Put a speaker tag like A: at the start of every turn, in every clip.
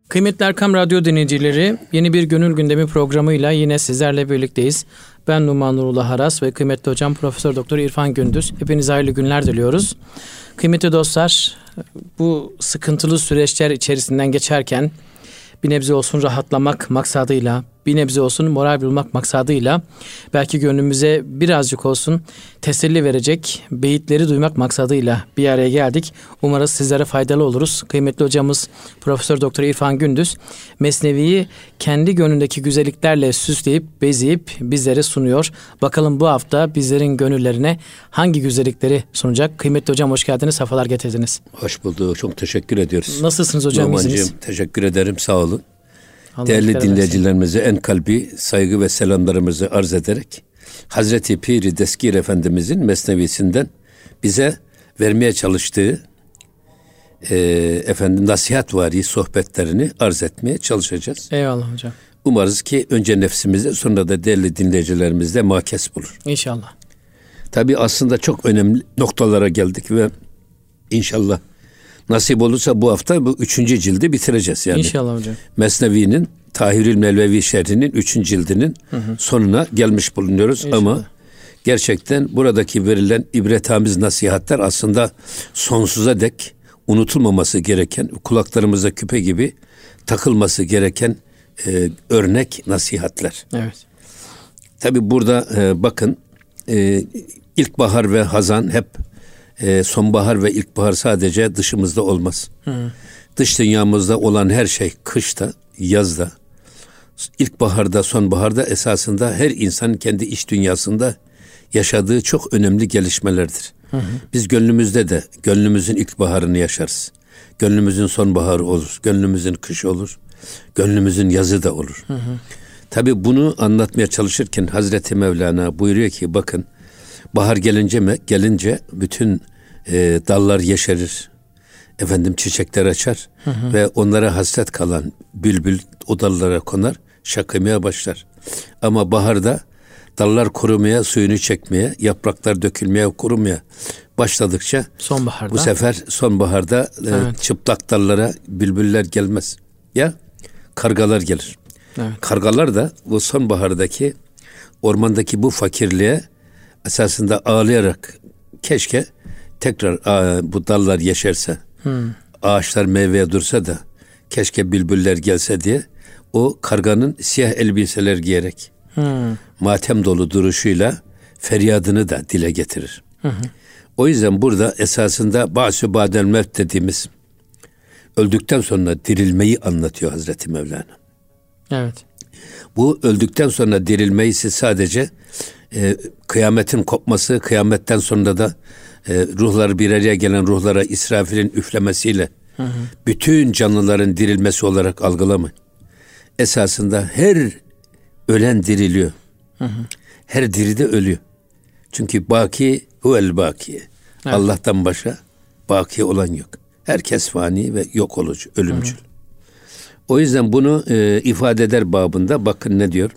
A: Kıymetli Erkam Radyo dinleyicileri, yeni bir Gönül Gündemi programıyla yine sizlerle birlikteyiz. Ben Numan Nurullah Aras ve kıymetli hocam Profesör Doktor İrfan Gündüz. Hepinize hayırlı günler diliyoruz. Kıymetli dostlar, bu sıkıntılı süreçler içerisinden geçerken bir nebze olsun rahatlamak maksadıyla, bir nebze olsun moral bulmak maksadıyla, belki gönlümüze birazcık olsun teselli verecek beyitleri duymak maksadıyla bir araya geldik. Umarız sizlere faydalı oluruz. Kıymetli hocamız Profesör Doktor İrfan Gündüz, Mesnevi'yi kendi gönlündeki güzelliklerle süsleyip, bezeyip bizlere sunuyor. Bakalım bu hafta bizlerin gönüllerine hangi güzellikleri sunacak? Kıymetli hocam, hoş geldiniz, sefalar getirdiniz.
B: Hoş bulduk, çok teşekkür ediyoruz.
A: Nasılsınız hocam, iyisiniz?
B: Teşekkür ederim, sağ olun.
A: Allah
B: değerli dinleyicilerimize en kalbi saygı ve selamlarımızı arz ederek Hazreti Pir-i Deskir Efendimizin Mesnevisinden bize vermeye çalıştığı nasihatvari sohbetlerini arz etmeye çalışacağız.
A: Eyvallah hocam.
B: Umarız ki önce nefsimize, sonra da değerli dinleyicilerimizle makes bulur.
A: İnşallah.
B: Tabii aslında çok önemli noktalara geldik ve inşallah nasip olursa bu hafta bu 3. cildi bitireceğiz. Yani
A: İnşallah hocam.
B: Mesnevi'nin Tahirül Melvevi şerhinin 3. cildinin sonuna gelmiş bulunuyoruz. İnşallah. Ama gerçekten buradaki verilen ibretamiz nasihatler aslında sonsuza dek unutulmaması gereken, kulaklarımıza küpe gibi takılması gereken örnek nasihatler.
A: Evet.
B: Tabii burada bakın ilkbahar ve hazan hep sonbahar ve ilkbahar sadece dışımızda olmaz. Dış dünyamızda olan her şey kışta, yazda, ilkbaharda, sonbaharda esasında her insanın kendi iç dünyasında yaşadığı çok önemli gelişmelerdir. Biz gönlümüzde de gönlümüzün ilkbaharını yaşarız. Gönlümüzün sonbaharı olur, gönlümüzün kış olur, gönlümüzün yazı da olur. Tabii bunu anlatmaya çalışırken Hazreti Mevlana buyuruyor ki bakın, bahar gelince bütün dallar yeşerir. Çiçekler açar ve onlara hasret kalan bülbül o dallara konar, şakımaya başlar. Ama baharda dallar kurumaya, suyunu çekmeye, yapraklar dökülmeye, kurumaya başladıkça bu sefer sonbaharda çıplak dallara bülbüller gelmez. Ya kargalar gelir. Evet. Kargalar da bu sonbahardaki ormandaki bu fakirliğe esasında ağlayarak keşke tekrar bu dallar yeşerse, ağaçlar meyveye dursa da keşke bülbüller gelse diye o karganın siyah elbiseler giyerek matem dolu duruşuyla feryadını da dile getirir. O yüzden burada esasında ba'sü ba'del mevt dediğimiz öldükten sonra dirilmeyi anlatıyor Hazreti Mevlana.
A: Evet.
B: Bu öldükten sonra dirilmeyi sadece kıyametin kopması, kıyametten sonra da ruhlar bir araya gelen ruhlara İsrafil'in üflemesiyle bütün canlıların dirilmesi olarak algılama. Esasında her ölen diriliyor. Her diri de ölüyor. Çünkü baki huvel baki. Evet. Allah'tan başka baki olan yok. Herkes fani ve yok olucu, ölümcül. O yüzden bunu ifade eder babında bakın ne diyor?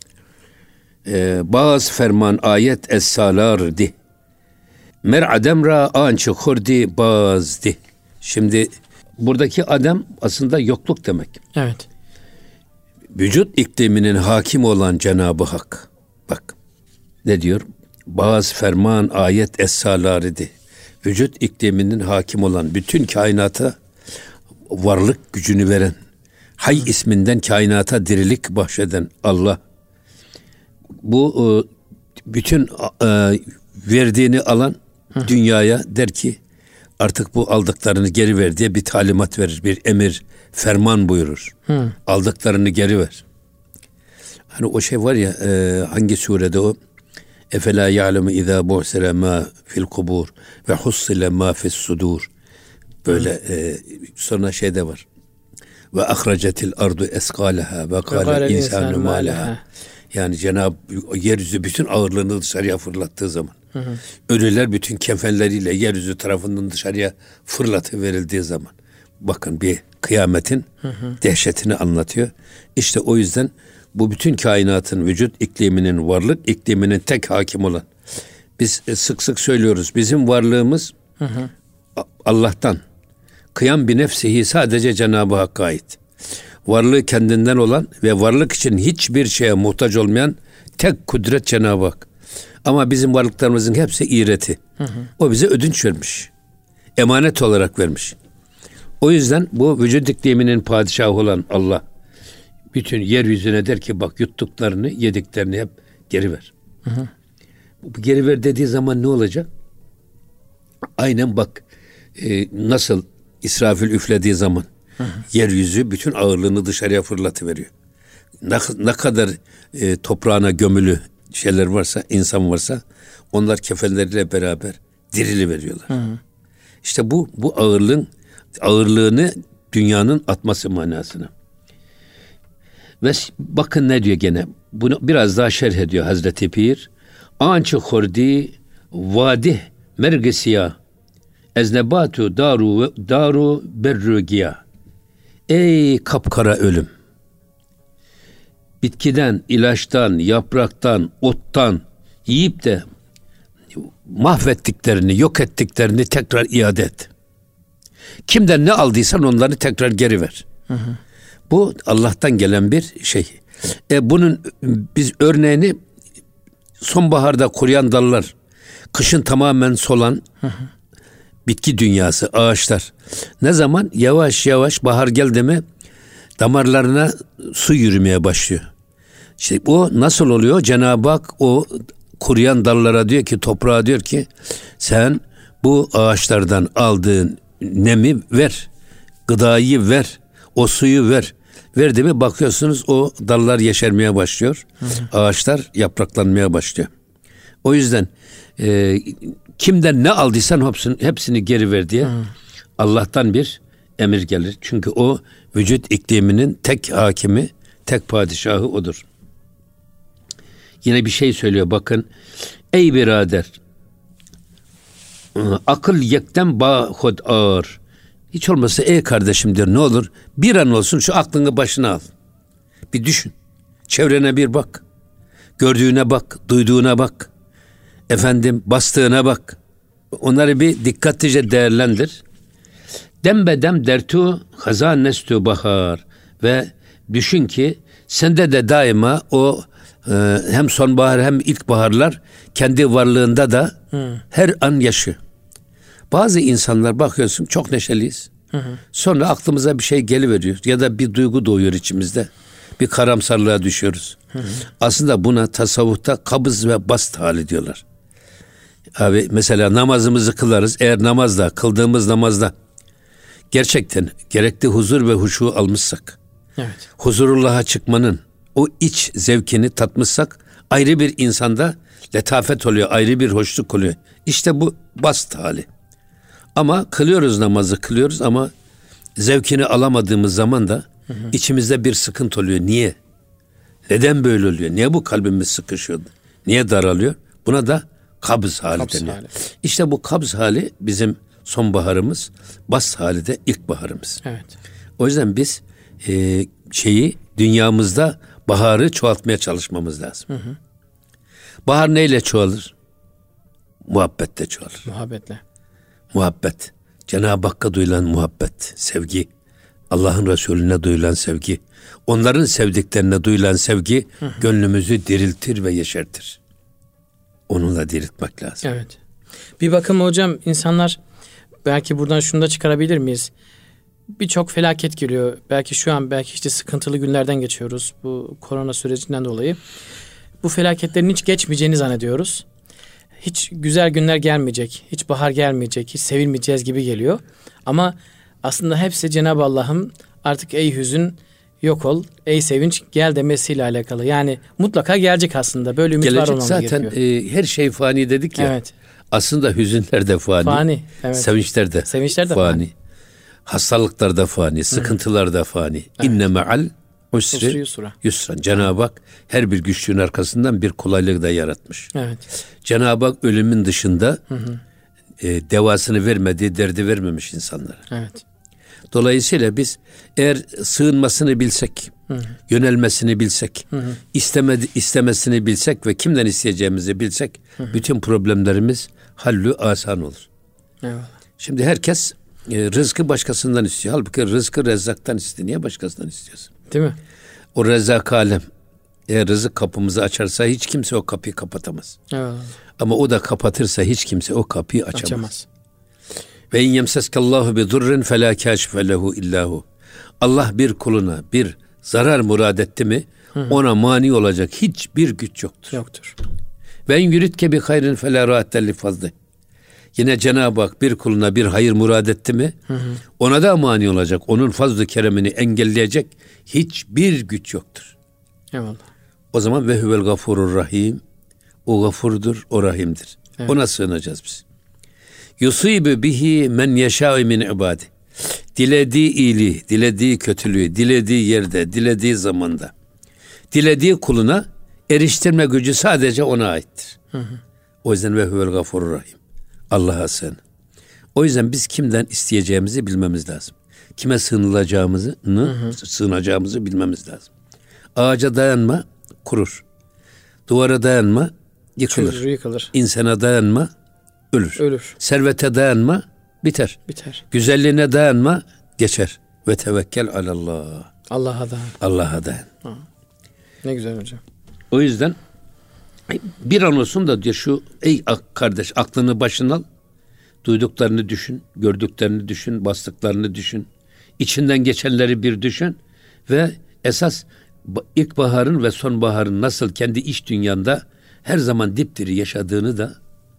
B: Bazı ferman ayet es-salardi. Mer adem ra ançı hurdi bazdi. Şimdi buradaki adem aslında yokluk demek.
A: Evet.
B: Vücut ikliminin hakim olan Cenab-ı Hak. Bak ne diyor? Bazı ferman ayet es-salardi. Vücut ikliminin hakim olan, bütün kainata varlık gücünü veren, Hay isminden kainata dirilik bahşeden Allah. Bu bütün verdiğini alan dünyaya der ki artık bu aldıklarını geri ver diye bir talimat verir, bir emir, ferman buyurur. Aldıklarını geri ver. Hani o şey var ya, hangi surede o? Efela ya'lemu izâ bu'sile mâ fil kubur ve hussile mâ fis sudur. Böyle sonra şey de var. Ve ahracetil ardu eskâleha ve kâle insânu mâleha. Yani Cenab-ı yeryüzü bütün ağırlığını dışarıya fırlattığı zaman, ölüler bütün kefenleriyle yeryüzü tarafından dışarıya fırlatıverildiği zaman, bakın bir kıyametin dehşetini anlatıyor. İşte o yüzden bu bütün kainatın vücut ikliminin, varlık ikliminin tek hakim olan, biz sık sık söylüyoruz, bizim varlığımız Allah'tan, kıyam bi nefsihi sadece Cenab-ı Hakk'a ait. Varlığı kendinden olan ve varlık için hiçbir şeye muhtaç olmayan tek kudret Cenab-ı Hak. Ama bizim varlıklarımızın hepsi iğreti. O bize ödünç vermiş. Emanet olarak vermiş. O yüzden bu vücut ikliminin padişahı olan Allah bütün yeryüzüne der ki bak yuttuklarını, yediklerini hep geri ver. Bu geri ver dediği zaman ne olacak? Aynen bak nasıl İsrafil üflediği zaman yeryüzü bütün ağırlığını dışarıya fırlatıveriyor. Ne kadar toprağına gömülü şeyler varsa, insan varsa onlar kefenleriyle beraber dirili veriyorlar. İşte bu ağırlığını dünyanın atması manasına. Ve bakın ne diyor gene. Bunu biraz daha şerh ediyor Hazreti Pir. Ançı hordi vadih mergisiya eznebatu daru berrugiya. Ey kapkara ölüm. Bitkiden, ilaçtan, yapraktan, ottan yiyip de mahvettiklerini, yok ettiklerini tekrar iade et. Kimden ne aldıysan onları tekrar geri ver. Bu Allah'tan gelen bir şey. Bunun biz örneğini sonbaharda kuruyan dallar, kışın tamamen solan bitki dünyası, ağaçlar. Ne zaman? Yavaş yavaş bahar geldi mi damarlarına su yürümeye başlıyor. İşte o nasıl oluyor? Cenab-ı Hak o kuruyan dallara diyor ki, toprağa diyor ki sen bu ağaçlardan aldığın nemi ver, gıdayı ver, o suyu ver. Verdi mi bakıyorsunuz o dallar yeşermeye başlıyor. Ağaçlar yapraklanmaya başlıyor. O yüzden kimden ne aldıysan hepsini geri ver diye Allah'tan bir emir gelir. Çünkü o vücut ikliminin tek hakimi, tek padişahı odur. Yine bir şey söylüyor bakın. Ey birader, akıl yekten bahod ağır. Hiç olmazsa ey kardeşim diyor, ne olur bir an olsun şu aklını başına al. Bir düşün. Çevrene bir bak. Gördüğüne bak, duyduğuna bak. Bastığına bak. Onları bir dikkatlice değerlendir. Dembedem dertu hazan nestu bahar. Ve düşün ki sende de daima o hem sonbahar hem ilkbaharlar kendi varlığında da her an yaşıyor. Bazı insanlar bakıyorsun çok neşeliyiz. Sonra aklımıza bir şey geliveriyor ya da bir duygu doğuyor içimizde. Bir karamsarlığa düşüyoruz. Aslında buna tasavvufta kabız ve bast hali diyorlar. Abi mesela namazımızı kılarız. Eğer kıldığımız namazda gerçekten gerekli huzur ve huşu almışsak, huzurullah'a çıkmanın o iç zevkini tatmışsak ayrı bir insanda letafet oluyor, ayrı bir hoşluk oluyor. İşte bu bast hali. Ama namazı kılıyoruz ama zevkini alamadığımız zaman da içimizde bir sıkıntı oluyor. Niye? Neden böyle oluyor? Niye bu kalbimiz sıkışıyor? Niye daralıyor? Buna da kabz hali deniyor. İşte bu kabz hali bizim sonbaharımız, bast hali de ilkbaharımız. Evet. O yüzden biz dünyamızda baharı çoğaltmaya çalışmamız lazım. Bahar neyle çoğalır? Muhabbetle çoğalır. Muhabbet. Cenab-ı Hakk'a duyulan muhabbet, sevgi. Allah'ın Resulüne duyulan sevgi. Onların sevdiklerine duyulan sevgi gönlümüzü diriltir ve yeşertir. Onunla diriltmek lazım.
A: Evet. Bir bakıma hocam insanlar belki buradan şunu da çıkarabilir miyiz? Birçok felaket geliyor. Belki şu an işte sıkıntılı günlerden geçiyoruz bu korona sürecinden dolayı. Bu felaketlerin hiç geçmeyeceğini zannediyoruz. Hiç güzel günler gelmeyecek, hiç bahar gelmeyecek, hiç sevilmeyeceğiz gibi geliyor. Ama aslında hepsi Cenab-ı Allah'ın artık ey hüzün yok ol, ey sevinç gel demesiyle alakalı. Yani mutlaka gelecek aslında. Böyle ümit var olmamız gerekiyor.
B: Zaten her şey fani dedik ya. Evet. Aslında hüzünler de fani. Evet. Sevinçler de fani. Hastalıklar da fani, sıkıntılar da fani. Evet. İnne me'al usri yusran. Cenab-ı Hak her bir güçlüğün arkasından bir kolaylık da yaratmış. Evet. Cenab-ı Hak ölümün dışında devasını vermediği derdi vermemiş insanlara. Evet. Dolayısıyla biz eğer sığınmasını bilsek, yönelmesini bilsek, istemesini bilsek ve kimden isteyeceğimizi bilsek bütün problemlerimiz hallü asan olur. Evet. Şimdi herkes rızkı başkasından istiyor. Halbuki rızkı Rezzak'tan istiyor. Niye başkasından istiyorsun?
A: Değil mi?
B: O Rezzak alem eğer rızık kapımızı açarsa hiç kimse o kapıyı kapatamaz.
A: Evet.
B: Ama o da kapatırsa hiç kimse o kapıyı açamaz. Ve in yemseskallahu bi durrin fela kâşife lehu illahu. Allah bir kuluna bir zarar murad etti mi ona mani olacak hiçbir güç yoktur. Ve in yuridke bi hayrin fela râ'atte li fazli. Yine Cenab-ı Hak bir kuluna bir hayır murad etti mi ona da mani olacak. Onun fazl-ı keremini engelleyecek hiçbir güç yoktur.
A: Eyvallah.
B: O zaman ve huvel gafurur rahim. O gafurdur, o rahimdir.
A: Evet.
B: Ona sığınacağız biz. Yusibu bihi men yeşâ'u min ibâdi. Dilediği iyiliği, dilediği kötülüğü, dilediği yerde, dilediği zamanda, dilediği kuluna eriştirme gücü sadece ona aittir. O yüzden ve huvel gafurur rahim. Allah'a sığın. O yüzden biz kimden isteyeceğimizi bilmemiz lazım. Kime sığınacağımızı bilmemiz lazım. Ağaca dayanma, kurur. Duvara dayanma, yıkılır. İnsana dayanma, ölür. Servete dayanma, biter. Güzelliğine dayanma, geçer. Ve tevekkel alallah. Allah'a dayan.
A: Ne güzel hocam.
B: O yüzden bir an olsun da diyor şu ey kardeş aklını başına al. Duyduklarını düşün, gördüklerini düşün, bastıklarını düşün. İçinden geçenleri bir düşün ve esas ilkbaharın ve sonbaharın nasıl kendi iç dünyanda her zaman dipdiri yaşadığını da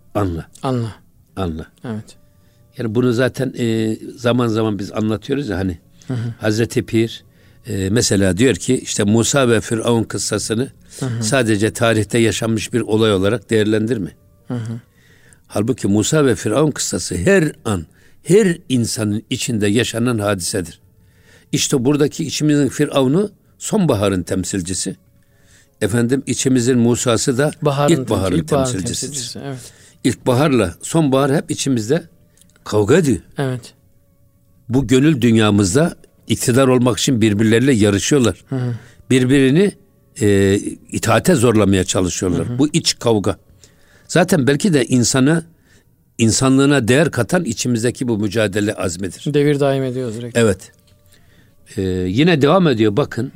B: anla.
A: Evet.
B: Yani bunu zaten zaman zaman biz anlatıyoruz ya hani. Hazreti Pir mesela diyor ki işte Musa ve Firavun kıssasını sadece tarihte yaşanmış bir olay olarak değerlendirme. Halbuki Musa ve Firavun kıssası her an her insanın içinde yaşanan hadisedir. İşte buradaki içimizin Firavun'u sonbaharın temsilcisi. İçimizin Musa'sı da ilkbaharın temsilcisidir.
A: Evet.
B: İlkbaharla sonbahar hep içimizde kavga ediyor.
A: Evet.
B: Bu gönül dünyamızda iktidar olmak için birbirleriyle yarışıyorlar. Birbirini itaate zorlamaya çalışıyorlar. Bu iç kavga. Zaten belki de insanlığına değer katan içimizdeki bu mücadele azmidir.
A: Devir daim ediyor direkt.
B: Evet. Yine devam ediyor bakın.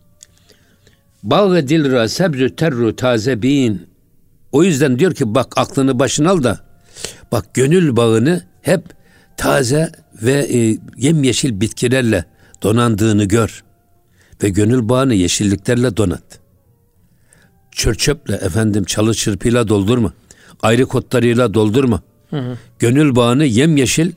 B: Bağ dilra sebzü terru taze bin. O yüzden diyor ki bak aklını başına al da bak gönül bağını hep taze ve yemyeşil bitkilerle donandığını gör. Ve gönül bağını yeşilliklerle donat. Çöple çalı çırpıyla doldurma. Ayrı kotlarıyla doldurma. Gönül bağını yemyeşil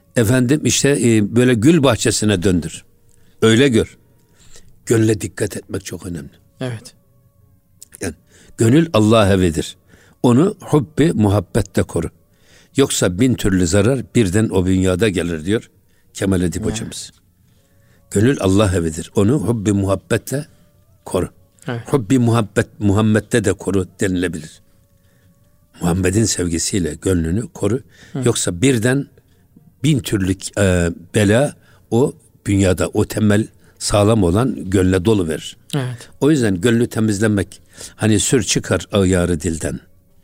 B: böyle gül bahçesine döndür. Öyle gör. Gönle dikkat etmek çok önemli.
A: Evet.
B: Yani gönül Allah evidir. Onu hubbi muhabbette koru. Yoksa bin türlü zarar birden o dünyada gelir diyor Kemal Edip hocamız. Gönül Allah evidir. Onu hubbi muhabbetle koru. Evet. Hubbi Muhammed'de de koru denilebilir. Muhammed'in sevgisiyle gönlünü koru. Yoksa birden bin türlü bela o dünyada o temel sağlam olan gönle dolu verir.
A: Evet.
B: O yüzden gönlü temizlemek hani sür çıkar ağyarı dilden.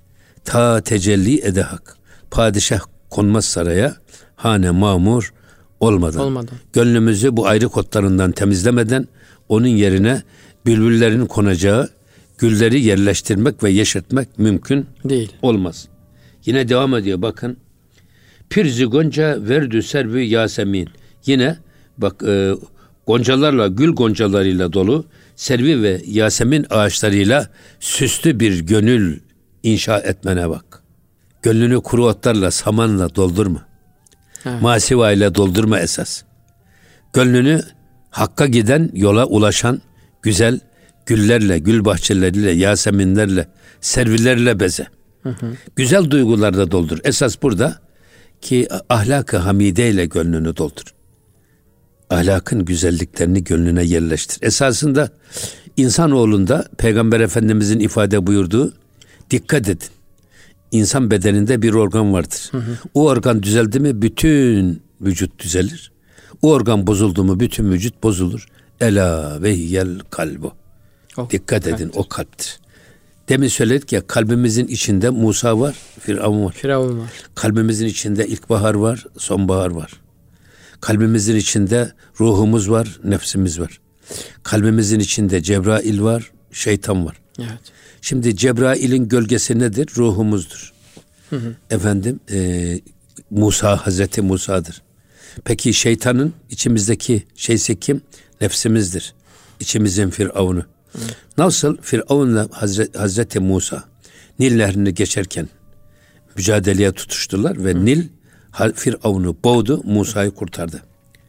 B: Ta tecelli ede hak. Padişah konmaz saraya hane mamur olmadan. Gönlümüzü bu ayrı kotlarından temizlemeden onun yerine bülbüllerin konacağı gülleri yerleştirmek ve yeşertmek mümkün olmaz. Yine devam ediyor bakın. Pirzi gonca verdü servü yasemin. Yine bak goncalarla gül goncalarıyla dolu servi ve yasemin ağaçlarıyla süslü bir gönül inşa etmene bak. Gönlünü kuru otlarla samanla doldurma. Evet. Masiva ile doldurma esas. Gönlünü hakka giden yola ulaşan güzel güllerle, gül bahçeleriyle, yaseminlerle, servilerle beze. Güzel duygularla doldur. Esas burada ki ahlak-ı hamide ile gönlünü doldur. Ahlakın güzelliklerini gönlüne yerleştir. Esasında insanoğlunda Peygamber Efendimizin ifade buyurduğu dikkat edin. İnsan bedeninde bir organ vardır. O organ düzeldi mi bütün vücut düzelir. O organ bozuldu mu bütün vücut bozulur. Ela ve hiyel kalbu. Dikkat edin o kalptir. Demin söyledik ya kalbimizin içinde Musa var, Firavun var.
A: Firavun var.
B: Kalbimizin içinde ilkbahar var, sonbahar var. Kalbimizin içinde ruhumuz var, nefsimiz var. Kalbimizin içinde Cebrail var, şeytan var.
A: Evet.
B: Şimdi Cebrail'in gölgesi nedir? Ruhumuzdur. Efendim Musa, Hazreti Musa'dır. Peki şeytanın içimizdeki şeysi kim? Nefsimizdir. İçimizin Firavun'u. Nasıl Firavun'la Hazreti Musa Nil Nehri'ni geçerken mücadeleye tutuştular ve Nil Firavun'u boğdu, Musa'yı kurtardı.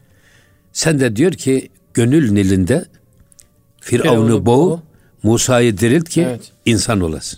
B: Sen de diyor ki gönül Nil'inde Firavun'u boğ, Musa'yı dirilt ki insan olasın.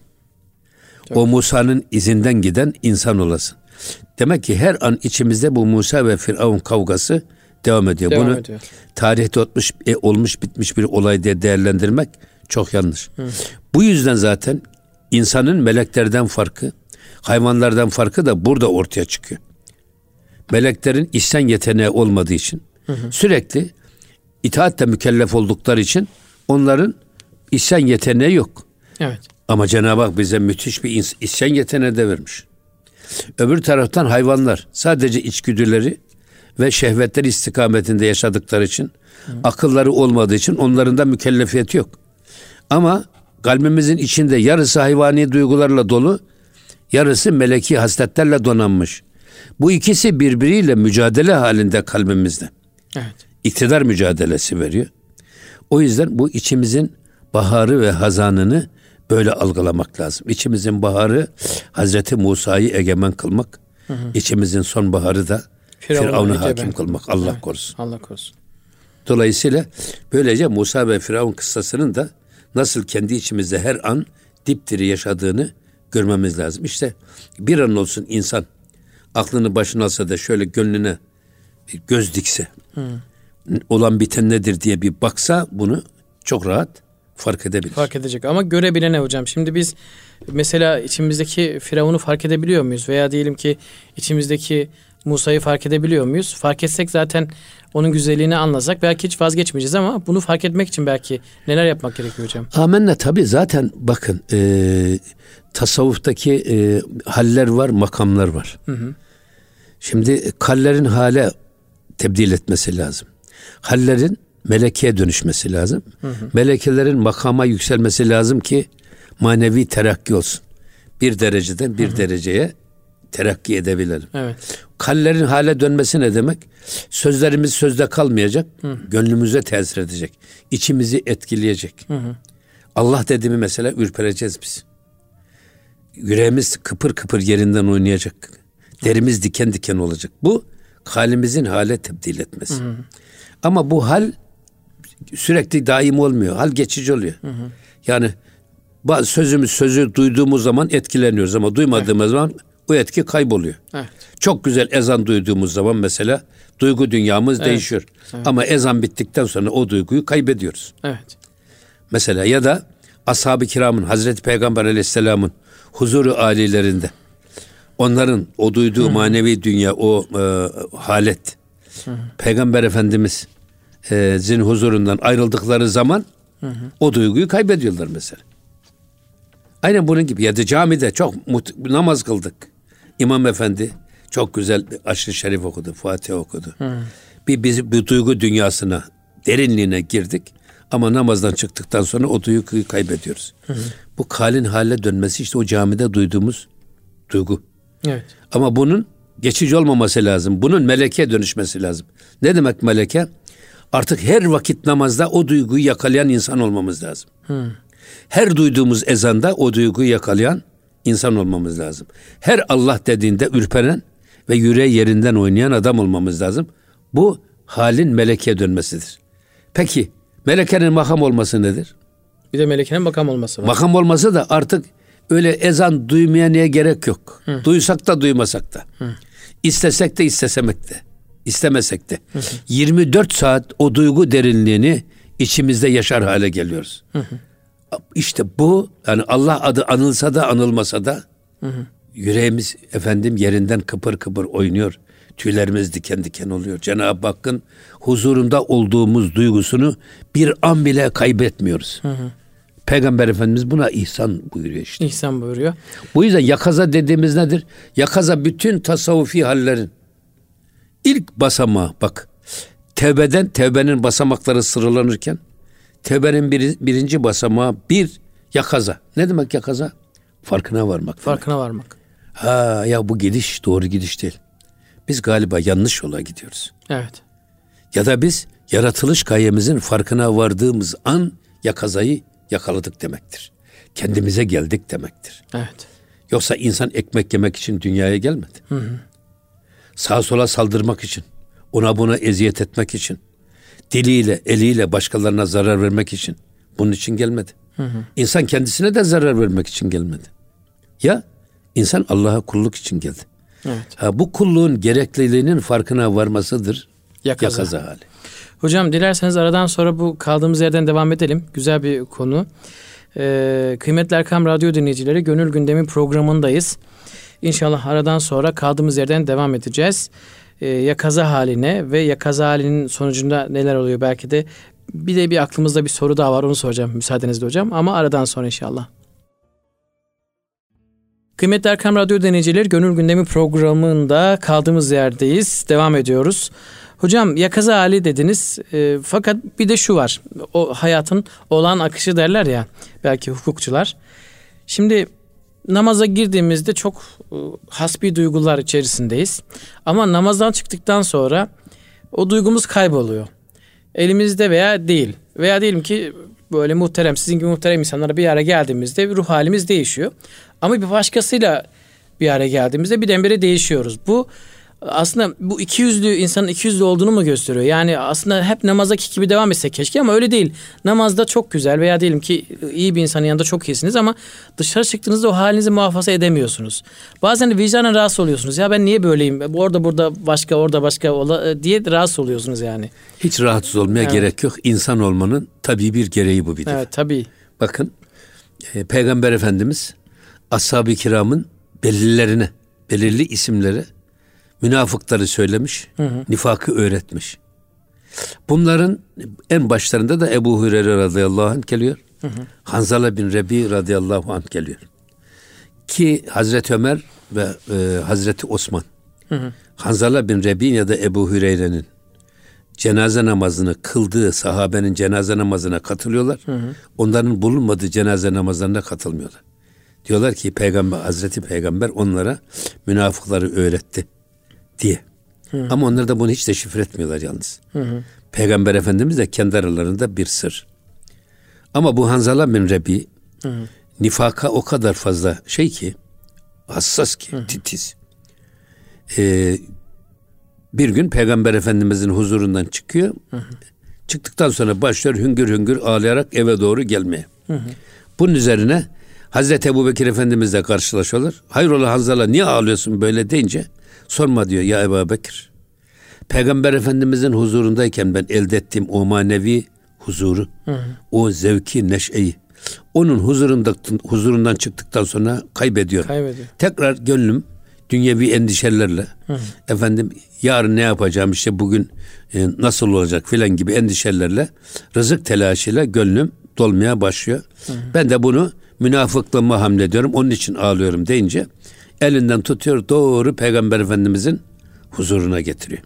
B: O Musa'nın izinden giden insan olasın. Demek ki her an içimizde bu Musa ve Firavun kavgası devam ediyor. Bunu tarihte olmuş bitmiş bir olay diye değerlendirmek çok yanlış. Bu yüzden zaten insanın meleklerden farkı, hayvanlardan farkı da burada ortaya çıkıyor. Meleklerin isyan yeteneği olmadığı için sürekli itaatle mükellef oldukları için onların isyan yeteneği yok.
A: Evet.
B: Ama Cenab-ı Hak bize müthiş bir isyan yeteneği de vermiş. Öbür taraftan hayvanlar sadece içgüdüleri ve şehvetleri istikametinde yaşadıkları için, akılları olmadığı için onların da mükellefiyeti yok. Ama kalbimizin içinde yarısı hayvani duygularla dolu, yarısı meleki hasletlerle donanmış. Bu ikisi birbiriyle mücadele halinde kalbimizde.
A: Evet.
B: İktidar mücadelesi veriyor. O yüzden bu içimizin baharı ve hazanını böyle algılamak lazım. İçimizin baharı Hazreti Musa'yı egemen kılmak. İçimizin sonbaharı da Firavun'u hakim kılmak. Allah korusun.
A: Allah korusun.
B: Dolayısıyla böylece Musa ve Firavun kıssasının da nasıl kendi içimizde her an dipdiri yaşadığını görmemiz lazım. İşte bir an olsun insan aklını başına alsa da şöyle gönlüne bir göz dikse, olan biten nedir diye bir baksa bunu çok rahat fark edebilir.
A: Fark edecek ama görebilene hocam. Şimdi biz mesela içimizdeki Firavun'u fark edebiliyor muyuz? Veya diyelim ki içimizdeki Musa'yı fark edebiliyor muyuz? Fark etsek zaten onun güzelliğini anlasak belki hiç vazgeçmeyeceğiz ama bunu fark etmek için belki neler yapmak gerekiyor hocam?
B: Amenna, tabii zaten bakın tasavvuftaki haller var, makamlar var. Şimdi kallerin hale tebdil etmesi lazım. Hallerin melekeye dönüşmesi lazım. Melekelerin makama yükselmesi lazım ki manevi terakki olsun. Bir dereceden bir dereceye terakki edebilelim.
A: Evet.
B: Kallerin hale dönmesi ne demek? Sözlerimiz sözde kalmayacak, gönlümüze tesir edecek, içimizi etkileyecek. Allah dedi mi mesela ürpereceğiz biz. Yüreğimiz kıpır kıpır yerinden oynayacak. Derimiz diken diken olacak. Bu halimizin hale tebdil etmesi. Ama bu hal sürekli daim olmuyor. Hal geçici oluyor. Yani sözü duyduğumuz zaman etkileniyoruz ama duymadığımız zaman o etki kayboluyor. Evet. Çok güzel ezan duyduğumuz zaman mesela duygu dünyamız değişiyor. Evet. Ama ezan bittikten sonra o duyguyu kaybediyoruz.
A: Evet.
B: Mesela ya da ashab-ı kiramın, Hazreti Peygamber aleyhisselamın huzuru âlilerinde onların o duyduğu manevi dünya, o halet, Peygamber Efendimiz'in huzurundan ayrıldıkları zaman o duyguyu kaybediyorlar mesela. Aynen bunun gibi. Ya da camide çok namaz kıldık. İmam Efendi çok güzel bir aşırı şerif okudu, Fatiha okudu. Biz bir duygu dünyasına, derinliğine girdik. Ama namazdan çıktıktan sonra o duyguyu kaybediyoruz. Bu kalin hale dönmesi işte o camide duyduğumuz duygu.
A: Evet.
B: Ama bunun geçici olmaması lazım. Bunun melekeye dönüşmesi lazım. Ne demek meleke? Artık her vakit namazda o duyguyu yakalayan insan olmamız lazım. Her duyduğumuz ezanda o duyguyu yakalayan insan olmamız lazım. Her Allah dediğinde ürperen ve yüreği yerinden oynayan adam olmamız lazım. Bu halin melekeye dönmesidir. Peki melekenin makam olması nedir?
A: Bir de melekenin makam olması var.
B: Makam olması da artık öyle ezan duymaya niye gerek yok. Duysak da duymasak da. İstesek de istemesek de. 24 saat o duygu derinliğini içimizde yaşar hale geliyoruz. İşte bu, yani Allah adı anılsa da anılmasa da yüreğimiz yerinden kıpır kıpır oynuyor. Tüylerimiz diken diken oluyor. Cenab-ı Hakk'ın huzurunda olduğumuz duygusunu bir an bile kaybetmiyoruz. Peygamber Efendimiz buna ihsan buyuruyor işte.
A: İhsan buyuruyor.
B: Bu yüzden yakaza dediğimiz nedir? Yakaza bütün tasavvufi hallerin İlk basamağı bak, tevbenin basamakları sıralanırken tevbenin birinci basamağı yakaza. Ne demek yakaza? Farkına varmak.
A: Farkına varmak.
B: Ya bu gidiş doğru gidiş değil. Biz galiba yanlış yola gidiyoruz.
A: Evet.
B: Ya da biz yaratılış gayemizin farkına vardığımız an yakazayı yakaladık demektir. Kendimize geldik demektir.
A: Evet.
B: Yoksa insan ekmek yemek için dünyaya gelmedi. Sağa sola saldırmak için, ona buna eziyet etmek için, diliyle, eliyle başkalarına zarar vermek için, bunun için gelmedi. İnsan kendisine de zarar vermek için gelmedi. Ya insan Allah'a kulluk için geldi.
A: Evet.
B: Bu kulluğun gerekliliğinin farkına varmasıdır yakaza hali.
A: Hocam dilerseniz aradan sonra bu kaldığımız yerden devam edelim. Güzel bir konu. Kıymetli Erkam Radyo dinleyicileri, Gönül Gündemi programındayız. İnşallah aradan sonra kaldığımız yerden devam edeceğiz. Yakaza haline ve yakaza halinin sonucunda neler oluyor belki de bir aklımızda bir soru daha var, onu soracağım müsaadenizle hocam, ama aradan sonra inşallah. Kıymetli Erkam Radyo dinleyicileri, Gönül Gündemi programında kaldığımız yerdeyiz. Devam ediyoruz. Hocam yakaza hali dediniz. Fakat bir de şu var. O hayatın olağan akışı derler ya belki hukukçular. Şimdi namaza girdiğimizde çok hasbi duygular içerisindeyiz. Ama namazdan çıktıktan sonra o duygumuz kayboluyor. Elimizde veya değil. Veya diyelim ki böyle muhterem, sizin gibi muhterem insanlara bir araya geldiğimizde ruh halimiz değişiyor. Ama bir başkasıyla bir araya geldiğimizde birdenbire değişiyoruz. Bu aslında bu insanın ikiyüzlü olduğunu mu gösteriyor? Yani aslında hep namazdaki gibi devam etsek keşke, ama öyle değil. Namazda çok güzel veya diyelim ki iyi bir insanın yanında çok iyisiniz ama dışarı çıktığınızda o halinizi muhafaza edemiyorsunuz. Bazen de vicdanen rahatsız oluyorsunuz. Ya ben niye böyleyim? Burada başka, orada başka diye rahatsız oluyorsunuz yani.
B: Hiç rahatsız olmaya gerek yok. İnsan olmanın tabii bir gereği bu bir defa.
A: Evet, tabii.
B: Bakın Peygamber Efendimiz ashab-ı kiramın belirli isimlere münafıkları söylemiş, nifakı öğretmiş. Bunların en başlarında da Ebu Hureyre radıyallahu anh geliyor. Hanzala bin Rebi radıyallahu anh geliyor. Ki Hazreti Ömer ve Hazreti Osman, Hanzala bin Rebi ya da Ebu Hureyre'nin cenaze namazını kıldığı sahabenin cenaze namazına katılıyorlar. Onların bulunmadığı cenaze namazlarına katılmıyorlar. Diyorlar ki Hazreti Peygamber onlara münafıkları öğretti diye. Ama onlar da bunu hiç deşifre etmiyorlar yalnız. Peygamber Efendimiz de kendi aralarında bir sır. Ama bu Hanzala bin Rebi nifaka o kadar fazla ki, hassas ki, titiz. Bir gün Peygamber Efendimizin huzurundan çıkıyor. Çıktıktan sonra başlıyor hüngür hüngür ağlayarak eve doğru gelmeye. Bunun üzerine Hazreti Ebubekir Efendimizle karşılaşıyorlar. Hayrola Hanzala, niye ağlıyorsun böyle deyince, sorma diyor ya Ebu Bekir. Peygamber Efendimizin huzurundayken ben elde ettiğim o manevi huzuru, o zevki, neşeyi, onun huzurundan çıktıktan sonra kaybediyorum. Tekrar gönlüm dünyevi endişelerle, yarın ne yapacağım, işte bugün nasıl olacak filan gibi endişelerle, rızık telaşıyla gönlüm dolmaya başlıyor. Ben de bunu münafıklığıma hamlediyorum, onun için ağlıyorum deyince elinden tutuyor, doğru Peygamber Efendimizin huzuruna getiriyor.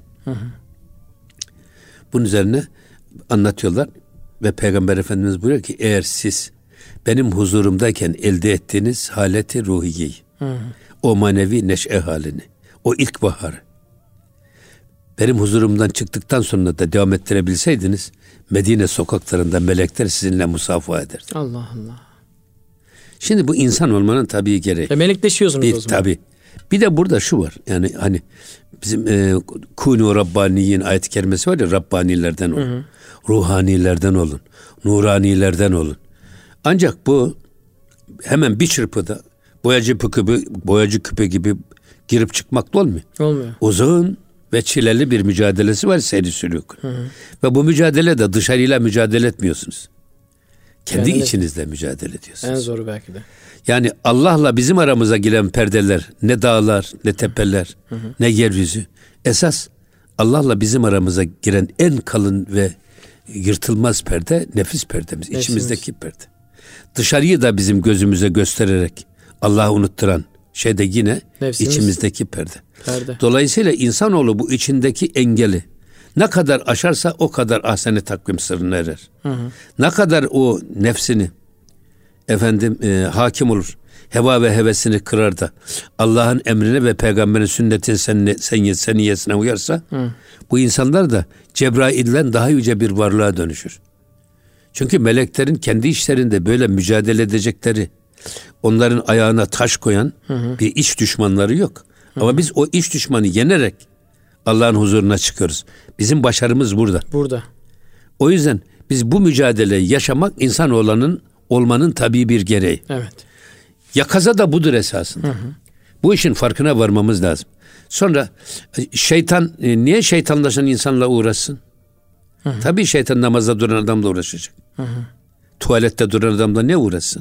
B: Bunun üzerine anlatıyorlar ve Peygamber Efendimiz buyuruyor ki, eğer siz benim huzurumdayken elde ettiğiniz haleti ruhiyeyi, o manevi neşe halini, o ilkbaharı benim huzurumdan çıktıktan sonra da devam ettirebilseydiniz, Medine sokaklarında melekler sizinle musafaha ederdi.
A: Allah Allah.
B: Şimdi bu insan olmanın tabii gereği.
A: Melekleşiyorsunuz o zaman.
B: Tabii. Bir de burada şu var. Yani hani bizim kûnû rabbaniyin ayet-i kerimesi var ya, Rabbanilerden olun. Ruhanilerden olun. Nuranilerden olun. Ancak bu hemen bir çırpıda boyacı küpe gibi girip çıkmakla olmuyor.
A: Olmuyor.
B: Uzun ve çileli bir mücadelesi var seyri sülûk. Ve bu mücadelede dışarıyla mücadele etmiyorsunuz. Kendi içinizle mücadele ediyorsunuz.
A: En zoru belki de.
B: Yani Allah'la bizim aramıza giren perdeler, ne dağlar, ne tepeler, ne yeryüzü. Esas Allah'la bizim aramıza giren en kalın ve yırtılmaz perde nefis perdemiz, içimizdeki perde. Dışarıyı da bizim gözümüze göstererek Allah'ı unutturan şey de yine içimizdeki perde. Dolayısıyla insanoğlu bu içindeki engeli ne kadar aşarsa o kadar ahsen-i takvim sırrına erer. Ne kadar o nefsini hakim olur. Heva ve hevesini kırar da Allah'ın emrine ve peygamberin sünnetine seniyesine uyarsa bu insanlar da Cebrail'den daha yüce bir varlığa dönüşür. Çünkü meleklerin kendi işlerinde böyle mücadele edecekleri, onların ayağına taş koyan bir iç düşmanları yok. Ama biz o iç düşmanı yenerek Allah'ın huzuruna çıkıyoruz. Bizim başarımız burada. O yüzden biz bu mücadeleyi yaşamak olmanın tabii bir gereği.
A: Evet.
B: Yakaza da budur esasında. Bu işin farkına varmamız lazım. Sonra şeytan, niye şeytanlaşan insanla uğraşsın? Tabii şeytan namazda duran adamla uğraşacak. Tuvalette duran adamla ne uğraşsın?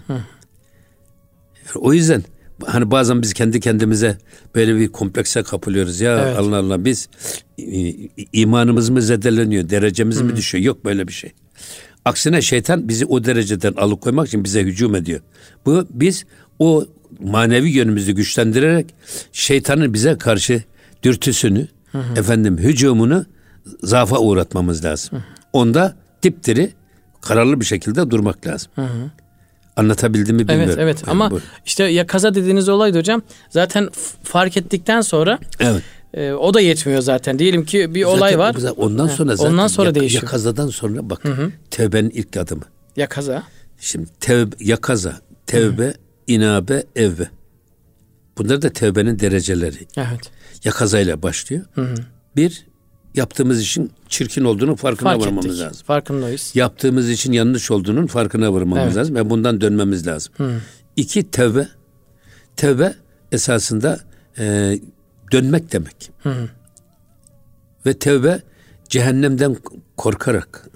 B: O yüzden hani bazen biz kendi kendimize böyle bir komplekse kapılıyoruz. Ya evet. Allah Allah, biz imanımız mı zedeleniyor, derecemiz mi düşüyor? Yok böyle bir şey. Aksine şeytan bizi o dereceden alıkoymak için bize hücum ediyor. Biz o manevi yönümüzü güçlendirerek şeytanın bize karşı dürtüsünü, hücumunu zaafa uğratmamız lazım. Onda dipdiri, kararlı bir şekilde durmak lazım. Anlatabildim mi bilmiyorum.
A: Evet. Ama işte yakaza dediğiniz olaydı hocam. Zaten fark ettikten sonra o da yetmiyor zaten. Diyelim ki bir olay var.
B: Ondan sonra değişiyor. Yakazadan sonra bak, tevbenin ilk adımı.
A: Yakaza.
B: Şimdi tevbe, inabe, evbe. Bunlar da tevbenin dereceleri.
A: Evet.
B: Yakazayla başlıyor. Bir, yaptığımız işin çirkin olduğunu farkına varmamız lazım.
A: Farkındayız.
B: Yaptığımız için yanlış olduğunun farkına varmamız lazım ve bundan dönmemiz lazım. 2, tevbe. Tevbe esasında dönmek demek. Ve tevbe cehennemden korkarak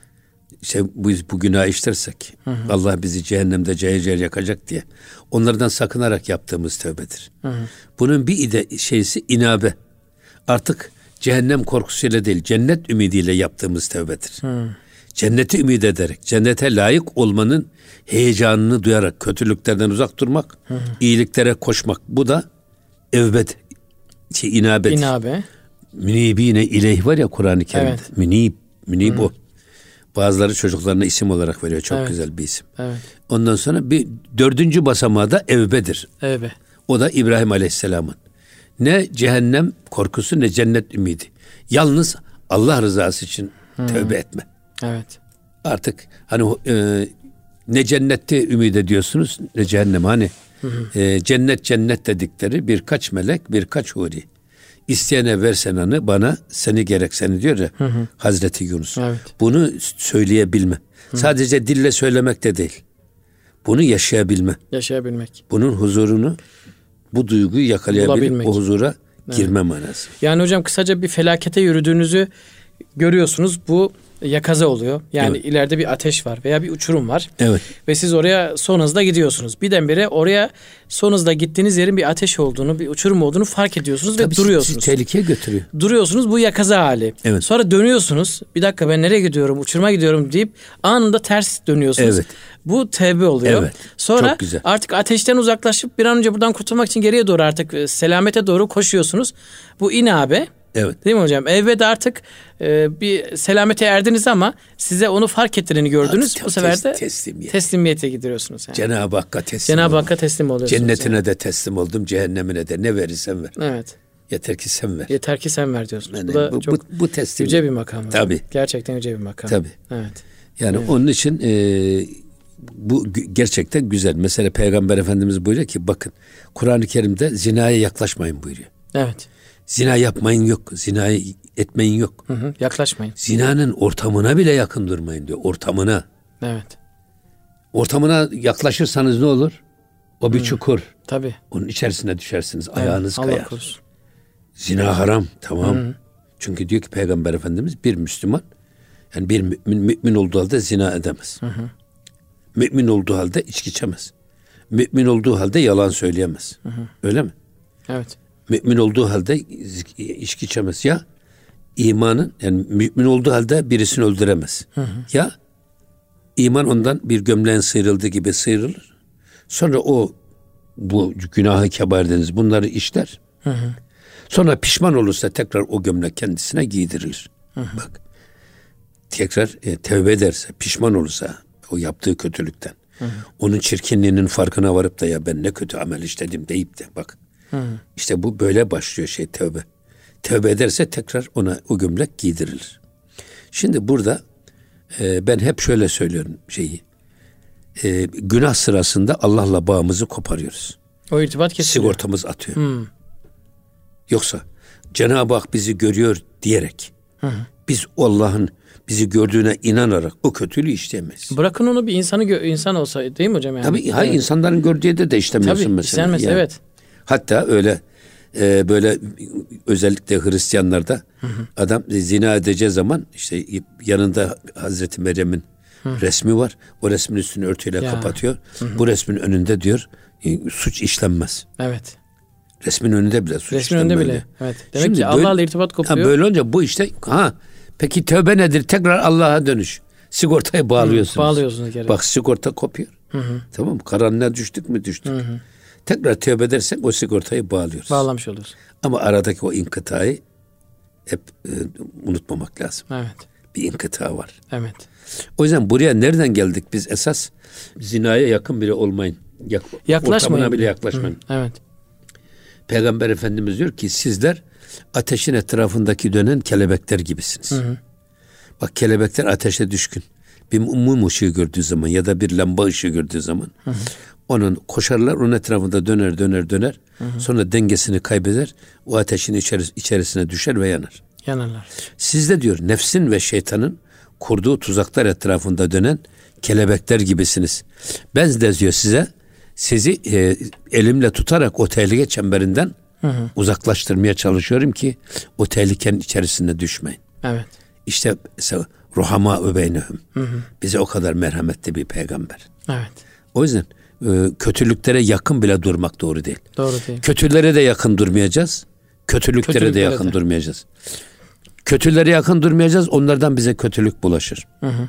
B: bu günah işlersek Allah bizi cehennemde cehenneme yakacak diye onlardan sakınarak yaptığımız tevbedir. Bunun bir şeysi inabe. Artık cehennem korkusuyla değil, cennet ümidiyle yaptığımız tevbedir. Cenneti ümit ederek, cennete layık olmanın heyecanını duyarak kötülüklerden uzak durmak, iyiliklere koşmak. Bu da evbet, inabedir.
A: İnabe.
B: Münibine ileyh var ya Kur'an-ı Kerim'de. Evet. Münib o. Bazıları çocuklarına isim olarak veriyor. Çok güzel bir isim.
A: Evet.
B: Ondan sonra bir 4. basamağı da evbedir.
A: Evbe.
B: O da İbrahim Aleyhisselam'ın. Ne cehennem korkusu ne cennet ümidi. Yalnız Allah rızası için tövbe etme.
A: Evet.
B: Artık hani ne cennette ümit ediyorsunuz ne cehennem. Hani cennet dedikleri birkaç melek, birkaç huri. İsteyene versen anı, bana seni gerek seni diyor ya Hazreti Yunus.
A: Evet.
B: Bunu söyleyebilme. Sadece dille söylemek de değil. Bunu yaşayabilme. Bunun huzurunu, bu duyguyu yakalayabilip o huzura girme manası.
A: Yani hocam kısaca bir felakete yürüdüğünüzü görüyorsunuz. Bu yakaza oluyor. Yani ileride bir ateş var veya bir uçurum var.
B: Evet.
A: Ve siz oraya son hızla gidiyorsunuz. Birdenbire oraya son hızla gittiğiniz yerin bir ateş olduğunu, bir uçurum olduğunu fark ediyorsunuz. Tabii ve duruyorsunuz.
B: Tehlikeye götürüyor.
A: Duruyorsunuz, bu yakaza hali.
B: Evet.
A: Sonra dönüyorsunuz. Bir dakika, ben nereye gidiyorum? Uçuruma gidiyorum deyip anında ters dönüyorsunuz.
B: Evet.
A: Bu tevbe oluyor.
B: Evet.
A: Sonra artık ateşten uzaklaşıp bir an önce buradan kurtulmak için geriye doğru, artık selamete doğru koşuyorsunuz. Bu inabe.
B: Evet.
A: Değil mi hocam? Evde artık bir selamete erdiniz ama size onu fark ettireni gördünüz. Bu sefer de teslimiyete gidiyorsunuz. Yani.
B: Cenab-ı Hakk'a
A: teslim oluyorsunuz.
B: Cennetine de teslim oldum, cehennemine de, ne verirsen ver.
A: Evet.
B: Yeter ki sen ver.
A: Yeter ki sen ver diyorsunuz.
B: Yani
A: bu da çok
B: teslim
A: yüce bir makam.
B: Tabii.
A: Gerçekten yüce bir makam.
B: Tabii.
A: Evet.
B: Yani onun için bu gerçekten güzel. Mesela Peygamber Efendimiz buyuruyor ki bakın, Kur'an-ı Kerim'de zinaya yaklaşmayın buyuruyor.
A: Evet.
B: Zina yapmayın yok. Zinayı etmeyin yok.
A: Yaklaşmayın.
B: Zinanın ortamına bile yakın durmayın diyor. Ortamına.
A: Evet.
B: Ortamına yaklaşırsanız ne olur? O bir çukur.
A: Tabii.
B: Onun içerisine düşersiniz. Evet. Ayağınız
A: Allah
B: kayar.
A: Korusun.
B: Zina haram. Tamam. Çünkü diyor ki Peygamber Efendimiz, bir Müslüman, yani bir mümin olduğu halde zina edemez. Mümin olduğu halde içki içemez. Mümin olduğu halde yalan söyleyemez. Öyle mi?
A: Evet.
B: Mümin olduğu halde içki içemez. Ya imanın, yani mümin olduğu halde birisini öldüremez. Ya iman ondan bir gömleğin sıyrıldığı gibi sıyrılır. Sonra bu günahı kebair deniz bunları işler. Sonra pişman olursa tekrar o gömlek kendisine giydirilir. Bak. Tekrar tevbe ederse, pişman olursa o yaptığı kötülükten. Onun çirkinliğinin farkına varıp da ya ben ne kötü amel işledim deyip de bak. İşte bu böyle başlıyor tevbe. Tevbe ederse tekrar ona o gömlek giydirilir. Şimdi burada ben hep şöyle söylüyorum günah sırasında Allah'la bağımızı koparıyoruz.
A: O irtibat kesiliyor.
B: Sigortamız atıyor. Yoksa Cenab-ı Hak bizi görüyor diyerek biz Allah'ın bizi gördüğüne inanarak o kötülüğü işleyemeyiz.
A: Bırakın onu bir insan olsa değil mi hocam? Yani?
B: Tabii hayır, insanların gördüğü de işlemiyorsun
A: tabii,
B: mesela.
A: Tabii yani. Evet.
B: Hatta öyle böyle özellikle Hristiyanlarda adam zina edeceği zaman işte yanında Hazreti Meryem'in resmi var. O resmin üstünü örtüyle kapatıyor. Bu resmin önünde diyor suç işlenmez.
A: Evet.
B: Resmin önünde bile suç
A: resmin önünde bile. Evet. Demek
B: şimdi
A: ki Allah'la irtibat kopuyor.
B: Böyle olunca bu işte peki tövbe nedir? Tekrar Allah'a dönüş. Sigortayı bağlıyorsunuz.
A: Bağlıyorsunuz geri.
B: Bak sigorta kopuyor. Tamam mı? Karanlığa düştük mü düştük. Tekrar tövbe edersek o sigortayı bağlıyoruz.
A: Bağlamış oluruz.
B: Ama aradaki o inkıtayı hep unutmamak lazım.
A: Evet.
B: Bir inkıta var.
A: Evet.
B: O yüzden buraya nereden geldik biz esas? Zinaya yakın bile olmayın.
A: Yaklaşmayın.
B: Ortamına bile yaklaşmayın.
A: Evet.
B: Peygamber Efendimiz diyor ki sizler ateşin etrafındaki dönen kelebekler gibisiniz. Bak kelebekler ateşe düşkün. Bir mum ışığı gördüğü zaman ya da bir lamba ışığı gördüğü zaman onun koşarlar, onun etrafında döner. Sonra dengesini kaybeder. O ateşin içerisine düşer ve yanar.
A: Yanarlar.
B: Siz de diyor nefsin ve şeytanın kurduğu tuzaklar etrafında dönen kelebekler gibisiniz. Ben de diyor sizi elimle tutarak o tehlike çemberinden uzaklaştırmaya çalışıyorum ki o tehlikenin içerisine düşmeyin.
A: Evet.
B: İşte ruhama beynehum. Bize o kadar merhametli bir peygamber.
A: Evet.
B: O yüzden kötülüklere yakın bile durmak doğru değil.
A: Doğru değil.
B: Kötülere de yakın durmayacağız. Kötülüklere de yakın durmayacağız. Kötülere yakın durmayacağız. Onlardan bize kötülük bulaşır.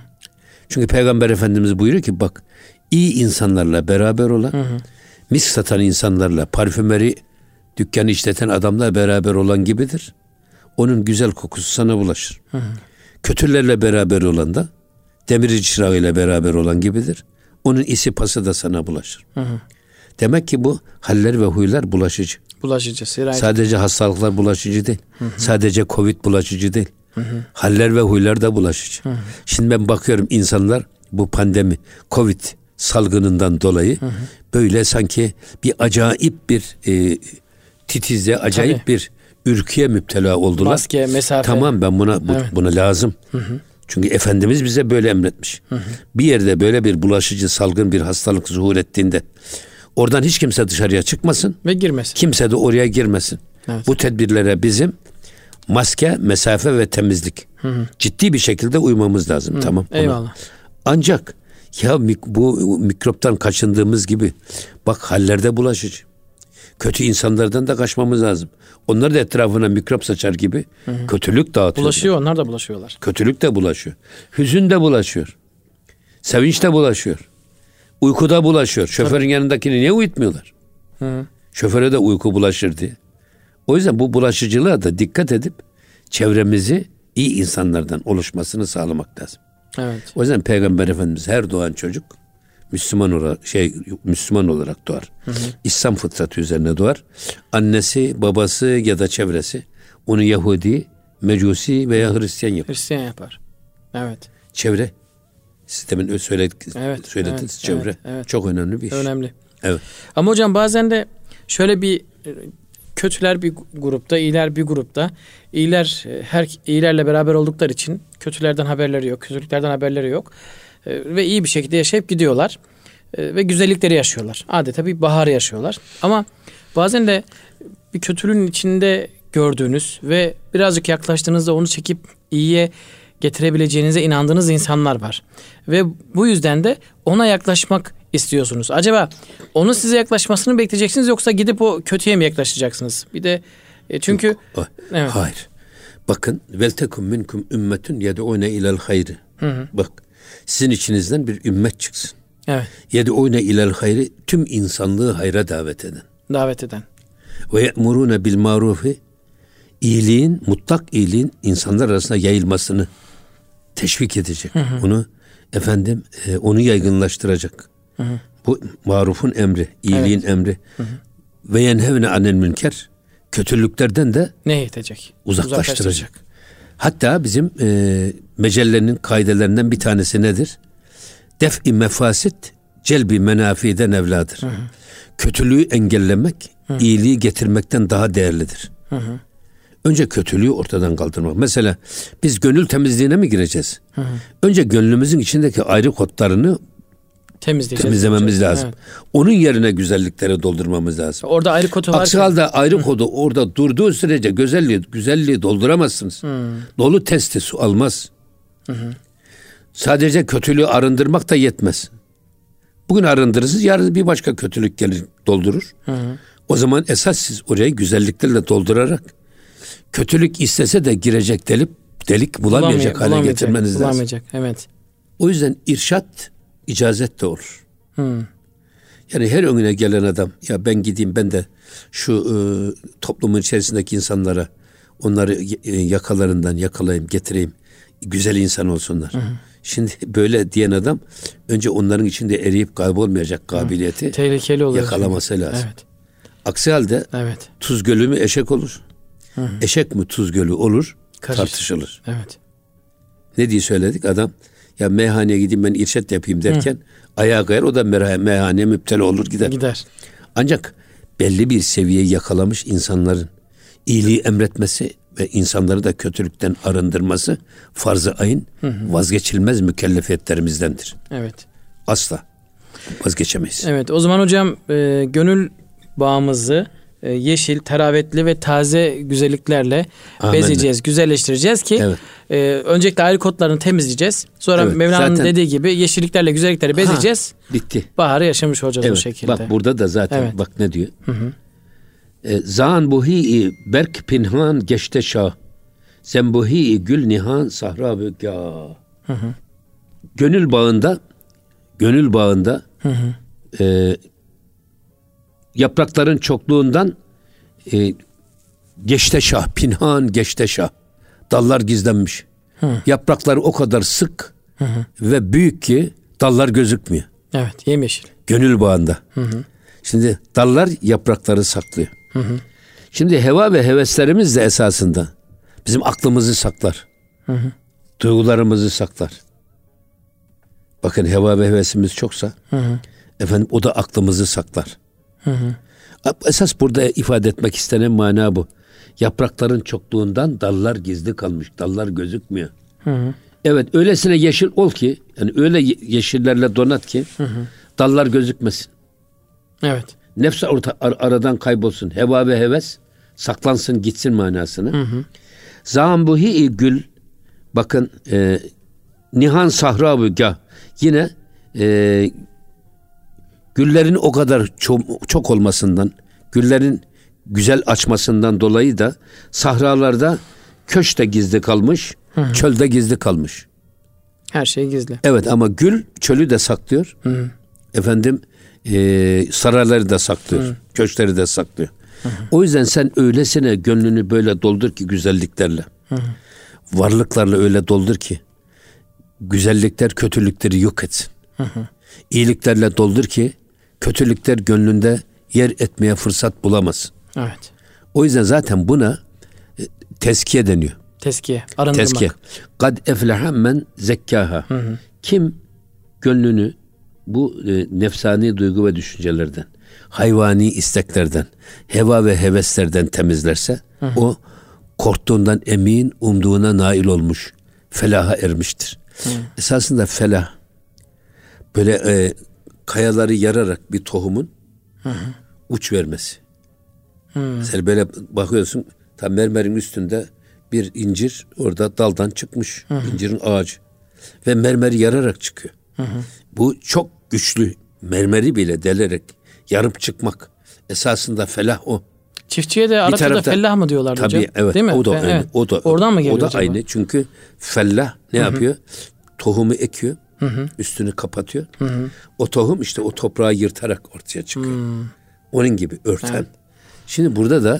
B: Çünkü Peygamber Efendimiz buyuruyor ki bak iyi insanlarla beraber olan, misk satan insanlarla, parfümeri dükkanı işleten adamla beraber olan gibidir. Onun güzel kokusu sana bulaşır. Kötülerle beraber olan da demirci çırağıyla beraber olan gibidir. Onun isi pası da sana bulaşır. Demek ki bu haller ve huylar bulaşıcı.
A: Bulaşıcı.
B: Sadece hastalıklar bulaşıcı değil. Sadece Covid bulaşıcı değil. Haller ve huylar da bulaşıcı. Şimdi ben bakıyorum insanlar bu pandemi, Covid salgınından dolayı böyle sanki bir acayip bir titizle, acayip bir ürküye müptela oldular.
A: Maske, mesafe.
B: Tamam ben buna lazım. Çünkü Efendimiz bize böyle emretmiş. Bir yerde böyle bir bulaşıcı salgın bir hastalık zuhur ettiğinde oradan hiç kimse dışarıya çıkmasın.
A: Ve girmesin.
B: Kimse de oraya girmesin. Evet. Bu tedbirlere bizim maske, mesafe ve temizlik ciddi bir şekilde uymamız lazım. Tamam.
A: Eyvallah.
B: Ancak bu mikroptan kaçındığımız gibi bak hallerde bulaşıcı. Kötü insanlardan da kaçmamız lazım. Onlar da etrafına mikrop saçar gibi kötülük dağıtıyor.
A: Bulaşıyor, onlar da bulaşıyorlar.
B: Kötülük de bulaşıyor. Hüzün de bulaşıyor. Sevinç de bulaşıyor. Uyku da bulaşıyor. Şoförün yanındakini niye uyutmuyorlar? Şoföre de uyku bulaşır diye. O yüzden bu bulaşıcılığa da dikkat edip çevremizi iyi insanlardan oluşmasını sağlamak lazım.
A: Evet.
B: O yüzden Peygamber Efendimiz her doğan çocuk Müslüman olarak doğar. İslam fıtratı üzerine doğar. Annesi, babası ya da çevresi onu Yahudi, Mecusi veya Hristiyan
A: yapar. Evet.
B: Çevre. Sistemin söylediğiniz çevre. Evet. Çok önemli bir iş.
A: Önemli.
B: Evet.
A: Ama hocam bazen de şöyle bir kötüler bir grupta, iyiler bir grupta. İyilerle beraber oldukları için kötülerden haberleri yok, kötülüklerden haberleri yok. Ve iyi bir şekilde yaşayıp gidiyorlar. Ve güzellikleri yaşıyorlar. Adeta bir bahar yaşıyorlar. Ama bazen de bir kötülüğün içinde gördüğünüz ve birazcık yaklaştığınızda onu çekip iyiye getirebileceğinize inandığınız insanlar var. Ve bu yüzden de ona yaklaşmak istiyorsunuz. Acaba onun size yaklaşmasını bekleyeceksiniz yoksa gidip o kötüye mi yaklaşacaksınız? Bir de çünkü
B: evet. Hayır. Bakın veltekum minkum ümmetun yed'une ilel hayri. Bak sizin içinizden bir ümmet çıksın.
A: Evet.
B: Yed'une ilel hayri tüm insanlığı hayra davet eden.
A: Davet eden.
B: Ve ye'murune bil marufi iyiliğin, mutlak iyiliğin insanlar arasında yayılmasını teşvik edecek. Onu onu yaygınlaştıracak. Bu marufun emri, iyiliğin emri. Ve yenhevne anel münker, kötülüklerden de
A: nehyedecek,
B: uzaklaştıracak. Hatta bizim mecellenin kaidelerinden bir tanesi nedir? Def-i mefasit, celbi menafiden evladır. Kötülüğü engellemek, iyiliği getirmekten daha değerlidir. Önce kötülüğü ortadan kaldırmak. Mesela biz gönül temizliğine mi gireceğiz? Önce gönlümüzün içindeki ayrı kodlarını temizlememiz lazım. Evet. Onun yerine güzellikleri doldurmamız lazım.
A: Orada ayrı kodu var.
B: Aksi halde ayrı kodu orada durduğu sürece güzelliği dolduramazsınız. Dolu testi su almaz. Sadece kötülüğü arındırmak da yetmez. Bugün arındırırsınız, yarın bir başka kötülük gelir doldurur. O zaman esas siz orayı güzelliklerle doldurarak kötülük istese de girecek delik bulamayacak hale getirmeniz lazım.
A: Evet.
B: O yüzden irşat icazet de olur. Yani her önüne gelen adam, ya ben gideyim ben de şu toplumun içerisindeki insanlara onları yakalarından yakalayayım, getireyim, güzel insan olsunlar. Şimdi böyle diyen adam önce onların içinde eriyip kaybolmayacak kabiliyeti
A: tehlikeli oluyor
B: yakalaması lazım.
A: Evet.
B: Aksi halde tuz gölü mü eşek olur? Eşek mi tuz gölü olur? Tartışılır.
A: Evet.
B: Ne diye söyledik? Adam ya meyhaneye gideyim ben irşat yapayım derken ayağa kayar, o da meyhaneye müptela olur gider. Ancak belli bir seviyeyi yakalamış insanların iyiliği emretmesi ve insanları da kötülükten arındırması farz-ı ayın vazgeçilmez mükellefiyetlerimizdendir.
A: Evet.
B: Asla vazgeçemeyiz.
A: Evet, o zaman hocam gönül bağımızı yeşil, teravetli ve taze güzelliklerle bezeyeceğiz, güzelleştireceğiz ki öncelikle ayrı kodlarını temizleyeceğiz. Sonra Mevlana'nın dediği gibi yeşilliklerle, güzelliklerle bezeyeceğiz.
B: Bitti.
A: Baharı yaşamış olacağız bu şekilde.
B: Bak burada da zaten bak ne diyor? Zan buhi berk pinhan geçte şah. Zembuhi gül nihan sahra bögâ. Gönül bağında yaprakların çokluğundan geçteşah, pinhan geçteşah, dallar gizlenmiş. Yaprakları o kadar sık ve büyük ki dallar gözükmüyor.
A: Evet, yemyeşil.
B: Gönül bağında. Şimdi dallar yaprakları saklıyor. Şimdi heva ve heveslerimiz de esasında bizim aklımızı saklar. Duygularımızı saklar. Bakın heva ve hevesimiz çoksa o da aklımızı saklar. Esas burada ifade etmek istenen mana bu. Yaprakların çokluğundan dallar gizli kalmış. Dallar gözükmüyor. Evet, öylesine yeşil ol ki, yani öyle yeşillerle donat ki dallar gözükmesin.
A: Evet.
B: Nefs aradan kaybolsun. Heva ve heves saklansın gitsin manasını. Zambuhi gül, bakın nihan sahra gah, yine güllerin o kadar çok olmasından, güllerin güzel açmasından dolayı da sahralarda köşte gizli kalmış, çölde gizli kalmış.
A: Her şey gizli.
B: Evet, ama gül çölü de saklıyor. Sarayları da saklıyor. Köşkleri de saklıyor. O yüzden sen öylesine gönlünü böyle doldur ki güzelliklerle. Varlıklarla öyle doldur ki güzellikler kötülükleri yok etsin. İyiliklerle doldur ki kötülükler gönlünde yer etmeye fırsat bulamaz.
A: Evet.
B: O yüzden zaten buna tezkiye deniyor.
A: Tezkiye, arındırmak.
B: Tezkiye. Kad efleha men zekkaha. Kim gönlünü bu nefsani duygu ve düşüncelerden, hayvani isteklerden, heva ve heveslerden temizlerse o korktuğundan emin, umduğuna nail olmuş, felaha ermiştir. Esasında felah böyle kayaları yararak bir tohumun uç vermesi. Sen böyle bakıyorsun, tam mermerin üstünde bir incir orada daldan çıkmış. İncirin ağacı. Ve mermeri yararak çıkıyor. Bu çok güçlü. Mermeri bile delerek yarıp çıkmak. Esasında felah o.
A: Çiftçiye de Arapçada fellah mı diyorlar hocam?
B: Tabii, evet.
A: Değil mi?
B: O da aynı.
A: Evet.
B: Oradan
A: mı geliyor
B: o da
A: acaba?
B: aynı. Çünkü fellah ne yapıyor? Tohumu ekiyor. Üstünü kapatıyor. O tohum işte o toprağı yırtarak ortaya çıkıyor. Onun gibi örten. Evet. Şimdi burada da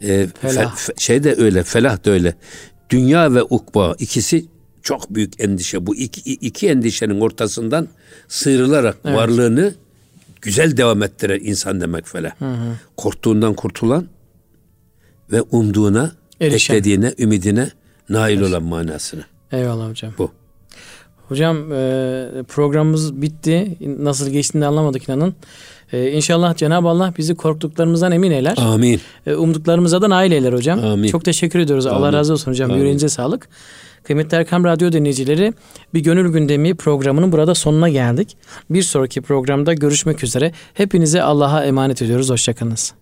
B: Şey de öyle, felah da öyle. Dünya ve ukba ikisi çok büyük endişe. Bu iki endişenin ortasından sıyrılarak varlığını güzel devam ettiren insan demek felah. Korktuğundan kurtulan ve umduğuna, beklediğine, ümidine nail olan manasını.
A: Eyvallah hocam.
B: Bu.
A: Hocam programımız bitti. Nasıl geçtiğini anlamadık inanın. İnşallah Cenab-ı Allah bizi korktuklarımızdan emin eyler.
B: Amin.
A: Umduklarımıza da nail eyler hocam.
B: Amin.
A: Çok teşekkür ediyoruz. Amin. Allah razı olsun hocam.
B: Amin.
A: Yüreğinize sağlık. Kıymetli Erkam Radyo dinleyicileri, Bir Gönül Gündemi programının burada sonuna geldik. Bir sonraki programda görüşmek üzere. Hepinize Allah'a emanet ediyoruz. Hoşçakalınız.